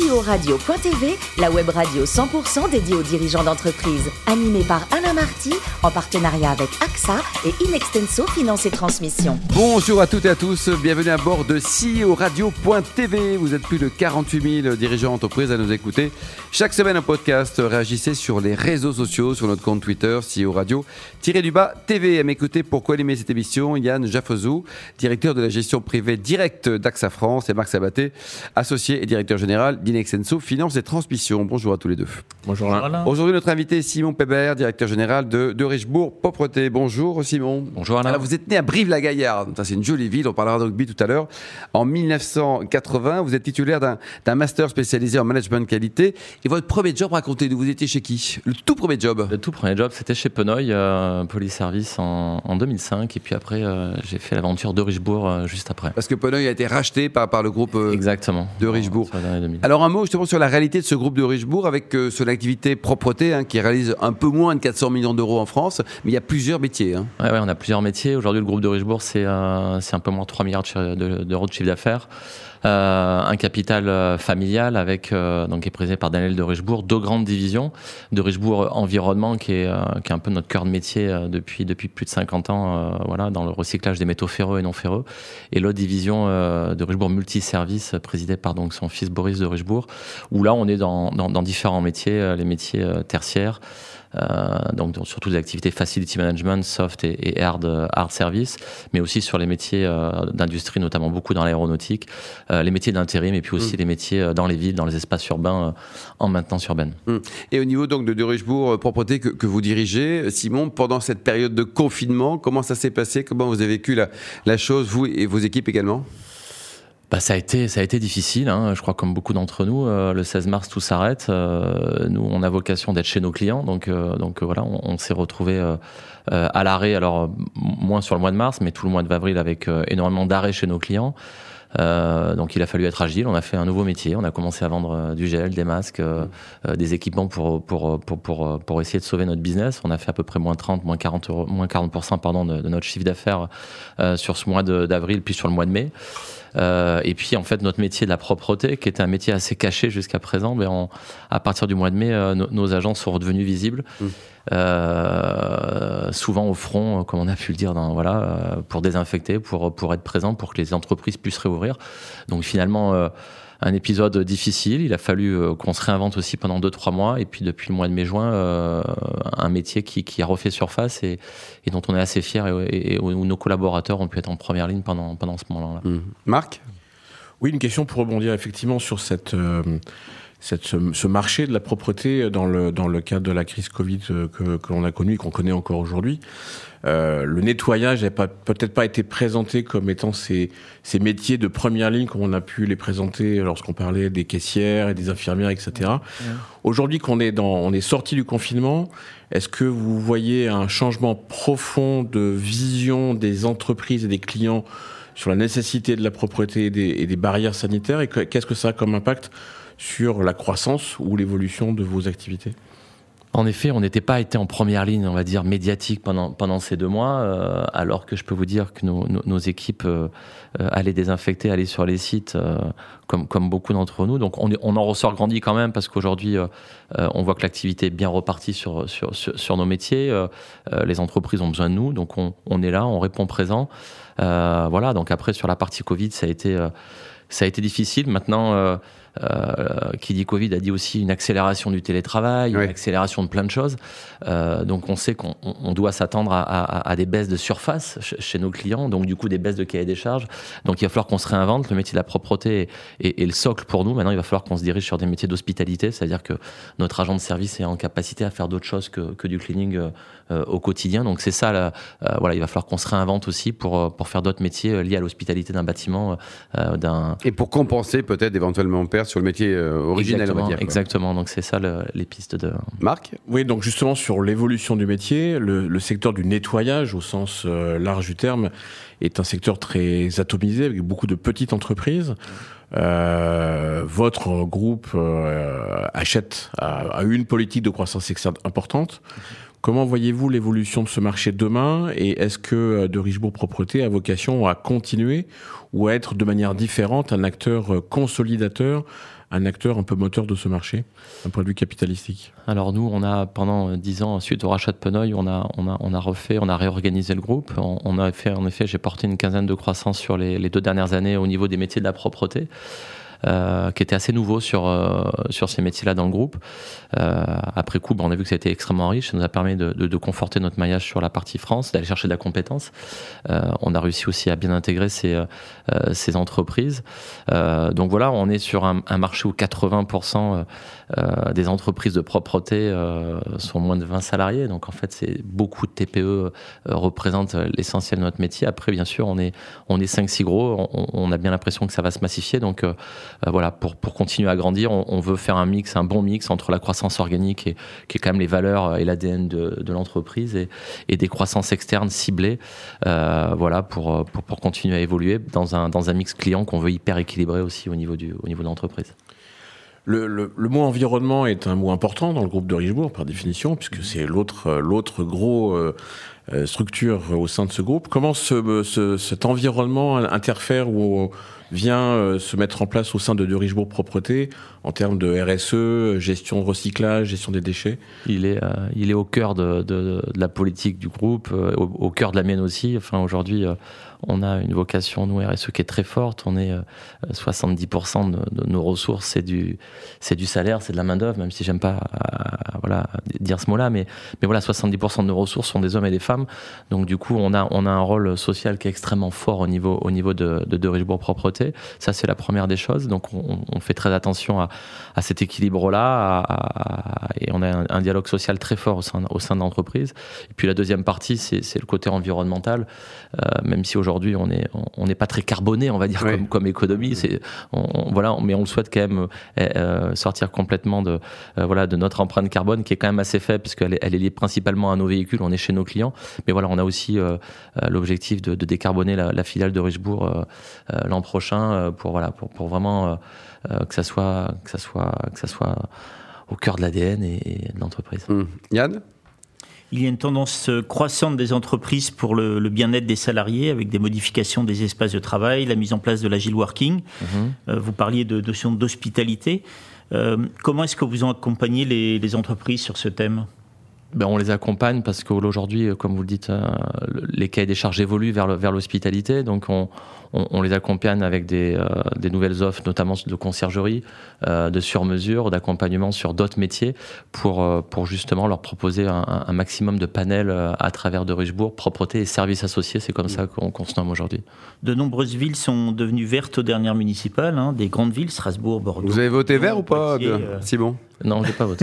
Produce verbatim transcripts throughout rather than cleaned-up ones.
C E O radio point T V, la web radio cent pour cent dédiée aux dirigeants d'entreprise. Animée par Alain Marty, en partenariat avec A X A et Inextenso Finance et Transmission. Bonjour à toutes et à tous, bienvenue à bord de C E O radio point T V. Vous êtes plus de quarante-huit mille dirigeants d'entreprise à nous écouter. Chaque semaine un podcast, réagissez sur les réseaux sociaux, sur notre compte Twitter, C E O radio-du-bas T V. À m'écouter pour co-animer cette émission, Yann Jaffezou, directeur de la gestion privée directe d'A X A France, et Marc Sabaté, associé et directeur général d'Inextenso Finance et Transmission. Bonjour à tous les deux. Bonjour Alain. Aujourd'hui, notre invité Simon Pébert, directeur général de, de Richebourg Propreté. Bonjour Simon. Bonjour Alain. Alors, vous êtes né à Brive-la-Gaillarde, ça c'est une jolie ville, on parlera de rugby tout à l'heure. En dix-neuf cent quatre-vingts, vous êtes titulaire d'un, d'un master spécialisé en management qualité. Et votre premier job, racontez-nous, vous étiez chez qui? Le tout premier job? Le tout premier job, c'était chez Peneuil, euh, Police Service en, en deux mille cinq. Et puis après, euh, j'ai fait l'aventure de Richebourg euh, juste après. Parce que Peneuil a été racheté par, par le groupe euh, Exactement. de Richebourg. En, Alors un mot justement sur la réalité de ce groupe de Richebourg avec euh, son activité propreté hein, qui réalise un peu moins de quatre cents millions d'euros en France, mais il y a plusieurs métiers. Hein. Ouais, ouais, on a plusieurs métiers. Aujourd'hui, le groupe de Richebourg, c'est, euh, c'est un peu moins de trois milliards d'euros de chiffre d'affaires. Euh, un capital euh, familial avec euh, donc qui est présidé par Daniel de Richebourg, deux grandes divisions de Richebourg Environnement qui est euh, qui est un peu notre cœur de métier euh, depuis depuis plus de cinquante ans euh, voilà dans le recyclage des métaux ferreux et non ferreux, et l'autre division euh, de Richebourg Multiservice présidée par donc son fils Boris de Richebourg, où là on est dans dans, dans différents métiers, euh, les métiers euh, tertiaires. Euh, donc, donc surtout des activités facility management, soft et, et hard, hard service, mais aussi sur les métiers euh, d'industrie, notamment beaucoup dans l'aéronautique, euh, les métiers d'intérim et puis aussi mmh. les métiers dans les villes, dans les espaces urbains euh, en maintenance urbaine. Mmh. Et au niveau donc de, de Richebourg euh, Propreté que, que vous dirigez, Simon, pendant cette période de confinement, comment ça s'est passé? Comment vous avez vécu la, la chose, vous et vos équipes également? Bah ça a été ça a été difficile, hein. Je crois comme beaucoup d'entre nous. Euh, le seize mars tout s'arrête. Euh, nous on a vocation d'être chez nos clients, donc euh, donc voilà, on, on s'est retrouvé euh, euh, à l'arrêt. Alors moins sur le mois de mars, mais tout le mois de avril avec euh, énormément d'arrêts chez nos clients. Euh, donc il a fallu être agile. On a fait un nouveau métier. On a commencé à vendre euh, du gel, des masques, euh, euh, des équipements pour pour pour pour pour essayer de sauver notre business. On a fait à peu près moins trente, moins quarante euros, moins quarante pour cent pardon de, de notre chiffre d'affaires euh, sur ce mois de, d'avril, puis sur le mois de mai. Euh, et puis en fait notre métier de la propreté, qui était un métier assez caché jusqu'à présent, ben on, à partir du mois de mai, euh, no, nos agents sont redevenus visibles, mmh. euh, souvent au front, comme on a pu le dire, dans, voilà, euh, pour désinfecter, pour pour être présents, pour que les entreprises puissent réouvrir. Donc finalement euh, un épisode difficile. Il a fallu euh, qu'on se réinvente aussi pendant deux trois mois, et puis depuis le mois de mai-juin, euh, un métier qui, qui a refait surface et, et dont on est assez fiers, et, et, et où nos collaborateurs ont pu être en première ligne pendant, pendant ce moment-là. Mmh. Marc ? Oui, une question pour rebondir effectivement sur cette, euh, cette, ce, ce marché de la propreté dans le, dans le cadre de la crise Covid que, que l'on a connue et qu'on connaît encore aujourd'hui. Euh, le nettoyage n'a pas, peut-être pas été présenté comme étant ces, ces métiers de première ligne comme on a pu les présenter lorsqu'on parlait des caissières et des infirmières, et cetera. Ouais. Aujourd'hui, qu'on est dans, on est sorti du confinement, est-ce que vous voyez un changement profond de vision des entreprises et des clients sur la nécessité de la propreté et des, et des barrières sanitaires, et qu'est-ce que ça a comme impact sur la croissance ou l'évolution de vos activités? En effet, on n'était pas été en première ligne, on va dire, médiatique pendant, pendant ces deux mois, euh, alors que je peux vous dire que nos, nos, nos équipes euh, allaient désinfecter, allaient sur les sites, euh, comme, comme beaucoup d'entre nous. Donc on, on en ressort grandi quand même, parce qu'aujourd'hui, euh, on voit que l'activité est bien repartie sur, sur, sur, sur nos métiers. Euh, les entreprises ont besoin de nous, donc on, on est là, on répond présent. Euh, voilà, donc après, sur la partie Covid, ça a été, euh, ça a été difficile. Maintenant... Euh, Euh, qui dit Covid a dit aussi une accélération du télétravail, oui. une accélération de plein de choses. Euh, donc on sait qu'on on doit s'attendre à, à, à des baisses de surface chez nos clients, donc du coup des baisses de cahier des charges. Donc il va falloir qu'on se réinvente. Le métier de la propreté est, est, est le socle pour nous. Maintenant, il va falloir qu'on se dirige sur des métiers d'hospitalité, c'est-à-dire que notre agent de service est en capacité à faire d'autres choses que, que du cleaning euh, au quotidien. Donc c'est ça, là, euh, voilà, il va falloir qu'on se réinvente aussi pour, pour faire d'autres métiers liés à l'hospitalité d'un bâtiment. Euh, d'un... Et pour compenser peut-être éventuellement perte sur le métier euh, originel, exactement, on va dire. Exactement, donc c'est ça le, les pistes de... Marc ? Oui, donc justement sur l'évolution du métier, le, le secteur du nettoyage au sens euh, large du terme est un secteur très atomisé avec beaucoup de petites entreprises. Euh, votre groupe euh, achète à, à une politique de croissance externe importante. Comment voyez-vous l'évolution de ce marché demain, et est-ce que de Richebourg Propreté a vocation à continuer ou à être de manière différente un acteur consolidateur un acteur un peu moteur de ce marché, d'un point de vue capitalistique? Alors nous, on a pendant dix ans, suite au rachat de Peneuil, on a, on a, on a refait, on a réorganisé le groupe. On, on a fait, en effet, j'ai porté une quinzaine de croissance sur les, les deux dernières années au niveau des métiers de la propreté. Euh, qui était assez nouveau sur, euh, sur ces métiers-là dans le groupe. Euh, après coup, bah, on a vu que ça a été extrêmement riche. Ça nous a permis de, de, de conforter notre maillage sur la partie France, d'aller chercher de la compétence. Euh, on a réussi aussi à bien intégrer ces, euh, ces entreprises. Euh, donc voilà, on est sur un, un marché où quatre-vingts pour cent euh, des entreprises de propreté euh, sont moins de vingt salariés. Donc en fait, c'est beaucoup de T P E euh, représentent l'essentiel de notre métier. Après, bien sûr, on est, on est cinq six gros. On, on a bien l'impression que ça va se massifier. Donc euh, Euh, voilà, pour, pour continuer à grandir, on, on veut faire un mix, un bon mix entre la croissance organique et, qui est quand même les valeurs et l'A D N de, de l'entreprise et, et des croissances externes ciblées, euh, voilà, pour, pour, pour continuer à évoluer dans un, dans un mix client qu'on veut hyper équilibré aussi au niveau, du, au niveau de l'entreprise. Le, le, le mot environnement est un mot important dans le groupe de Richebourg, par définition, puisque c'est l'autre, l'autre gros euh, structure au sein de ce groupe. Comment ce, ce, cet environnement interfère ou vient euh, se mettre en place au sein de, de Richebourg Propreté en termes de R S E, gestion de recyclage, gestion des déchets? Il est, euh, il est au cœur de, de, de la politique du groupe, euh, au, au cœur de la mienne aussi. Enfin, aujourd'hui, euh, on a une vocation, nous, R S E, qui est très forte. On est euh, soixante-dix pour cent de, de nos ressources, c'est du, c'est du salaire, c'est de la main-d'œuvre, même si j'aime pas euh, voilà, dire ce mot-là. Mais, mais voilà, soixante-dix pour cent de nos ressources sont des hommes et des femmes. Donc, du coup, on a, on a un rôle social qui est extrêmement fort au niveau, au niveau de, de, de Richebourg Propreté. Ça, c'est la première des choses. Donc, on, on fait très attention à, à cet équilibre-là à, à, et on a un, un dialogue social très fort au sein, au sein de l'entreprise. Et puis, la deuxième partie, c'est, c'est le côté environnemental. Euh, même si aujourd'hui, on n'est on n'est pas très carboné, on va dire, oui. comme, comme économie. C'est, on, on, voilà, mais on le souhaite quand même euh, sortir complètement de, euh, voilà, de notre empreinte carbone, qui est quand même assez faible, puisqu'elle est, elle est liée principalement à nos véhicules. On est chez nos clients. Mais voilà, on a aussi euh, l'objectif de, de décarboner la, la filiale de Richebourg euh, euh, l'an prochain. Pour, voilà, pour, pour vraiment euh, que, ça soit, que, ça soit, que ça soit au cœur de l'A D N et, et de l'entreprise. Mmh. Yann ? Il y a une tendance croissante des entreprises pour le, le bien-être des salariés avec des modifications des espaces de travail, la mise en place de l'agile working. Mmh. Euh, vous parliez de notion d'hospitalité. Euh, comment est-ce que vous accompagnez les, les entreprises sur ce thème ? Ben, on les accompagne parce qu'aujourd'hui, comme vous le dites, euh, les cahiers des charges évoluent vers, le, vers l'hospitalité. Donc, on, on, on les accompagne avec des, euh, des nouvelles offres, notamment de conciergerie, euh, de sur-mesure, d'accompagnement sur d'autres métiers pour, euh, pour justement leur proposer un, un maximum de panels à travers de Richebourg, propreté et services associés. C'est comme mmh. ça qu'on, qu'on se nomme aujourd'hui. De nombreuses villes sont devenues vertes aux dernières municipales, hein, des grandes villes, Strasbourg, Bordeaux. Vous avez voté vert ou pas, euh... Simon ? Non, je n'ai pas voté.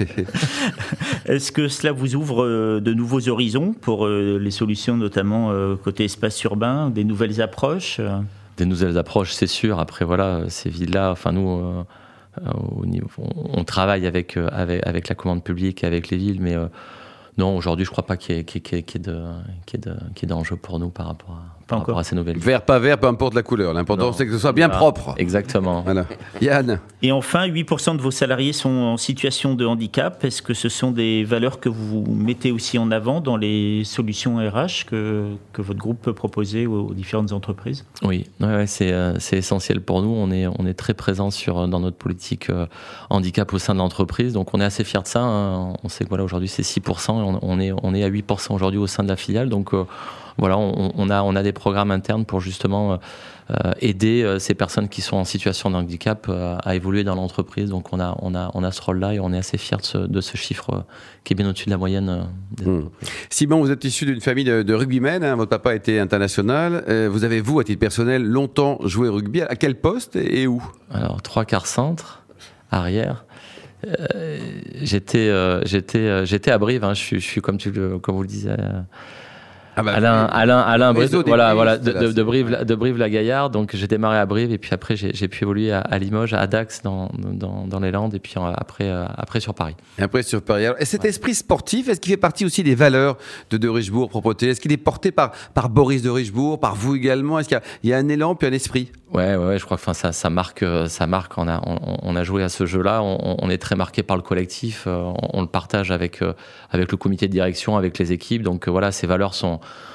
Est-ce que cela vous ouvre de nouveaux horizons pour les solutions, notamment côté espace urbain, des nouvelles approches ? Des nouvelles approches, c'est sûr. Après, voilà, ces villes-là, enfin, nous, euh, au niveau, on, on travaille avec, avec, avec la commande publique et avec les villes, mais euh, non, aujourd'hui, je ne crois pas qu'il y ait, qu'il y ait, qu'il y ait de, qu'il y ait de, qu'il y ait d'enjeu pour nous par rapport à. Par rapport à ces nouvelles. Vert, pas vert, peu importe la couleur. L'important, non. c'est que ce soit bien ah, propre. Exactement. Voilà. Yann. Et enfin, huit pour cent de vos salariés sont en situation de handicap. Est-ce que ce sont des valeurs que vous mettez aussi en avant dans les solutions R H que, que votre groupe peut proposer aux, aux différentes entreprises ? Oui, ouais, ouais, c'est, euh, c'est essentiel pour nous. On est, on est très présent sur, dans notre politique euh, handicap au sein de l'entreprise. Donc, on est assez fiers de ça. Hein. On sait que voilà, aujourd'hui, c'est six pour cent. Et on, on, est, on est à huit pour cent aujourd'hui au sein de la filiale. Donc, euh, Voilà, on, on, a, on a des programmes internes pour justement euh, aider euh, ces personnes qui sont en situation de handicap euh, à évoluer dans l'entreprise. Donc on a, on a, on a ce rôle-là et on est assez fiers de ce, de ce chiffre euh, qui est bien au-dessus de la moyenne euh, des mmh. entreprises. Simon, vous êtes issu d'une famille de, de rugbymen, hein, votre papa était international. Euh, vous avez, vous, à titre personnel, longtemps joué au rugby. À quel poste et où ? Alors, trois quarts centre, arrière. Euh, j'étais, euh, j'étais, euh, j'étais à Brive, hein, je, suis, je suis comme, tu, comme vous le disiez... Euh, Ah bah, Alain, Alain, Alain, Brive, voilà, voilà, de, de, de Brive, de Brive-la-Gaillarde. Donc j'ai démarré à Brive et puis après j'ai, j'ai pu évoluer à, à Limoges, à Dax dans, dans, dans les Landes et puis après, euh, après sur Paris. Et après sur Paris. Alors, et cet ouais. esprit sportif, est-ce qu'il fait partie aussi des valeurs de de Richebourg Propreté ? Est-ce qu'il est porté par par Boris de Richebourg, par vous également ? Est-ce qu'il y a, il y a un élan puis un esprit ? Ouais, ouais, je crois que enfin ça, ça marque, ça marque. On a, on, on a joué à ce jeu-là. On, on est très marqué par le collectif. On, on le partage avec avec le comité de direction, avec les équipes. Donc voilà, ces valeurs sont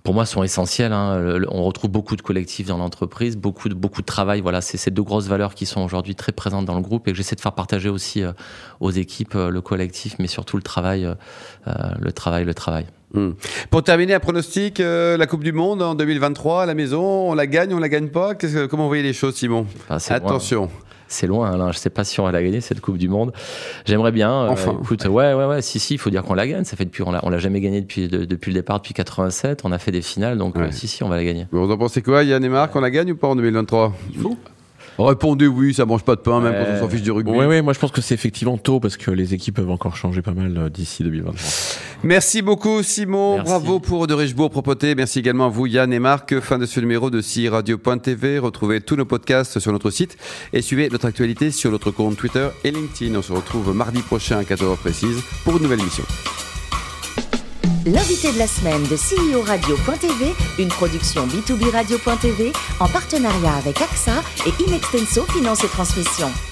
pour moi, sont essentiels. Hein. On retrouve beaucoup de collectifs dans l'entreprise, beaucoup de, beaucoup de travail. Voilà, c'est ces deux grosses valeurs qui sont aujourd'hui très présentes dans le groupe et que j'essaie de faire partager aussi euh, aux équipes, euh, le collectif, mais surtout le travail, euh, le travail, le travail. Mmh. Pour terminer, un pronostic, euh, la Coupe du Monde en deux mille vingt-trois à la maison, on la gagne, on la gagne pas? Qu'est-ce que, comment vous voyez les choses, Simon? Enfin, Attention. Loin. C'est loin, Alain. Je ne sais pas si on va la gagner, cette Coupe du Monde. J'aimerais bien. Enfin. Euh, écoute, ouais, ouais, ouais. Si, si, il faut dire qu'on la gagne. Ça fait depuis, on l'a, on l'a jamais gagnée depuis, de, depuis le départ, depuis quatre-vingt-sept. On a fait des finales, donc ouais. euh, si, si, on va la gagner. Vous en pensez quoi, Yann et Marc? On la gagne ou pas en deux mille vingt-trois? Il faut. Répondez oui, ça mange pas de pain, même ouais. quand on s'en fiche du rugby. Oui, oui, moi je pense que c'est effectivement tôt parce que les équipes peuvent encore changer pas mal d'ici deux mille vingt-trois. Merci beaucoup, Simon. Merci. Bravo pour De Richebourg Propreté. Merci également à vous, Yann et Marc. Fin de ce numéro de C I Radio point T V. Retrouvez tous nos podcasts sur notre site et suivez notre actualité sur notre compte Twitter et LinkedIn. On se retrouve mardi prochain à quatorze heures précise pour une nouvelle émission. L'invité de la semaine de C I O Radio point T V, une production B deux B Radio point T V en partenariat avec A X A et Inextenso Finance et Transmission.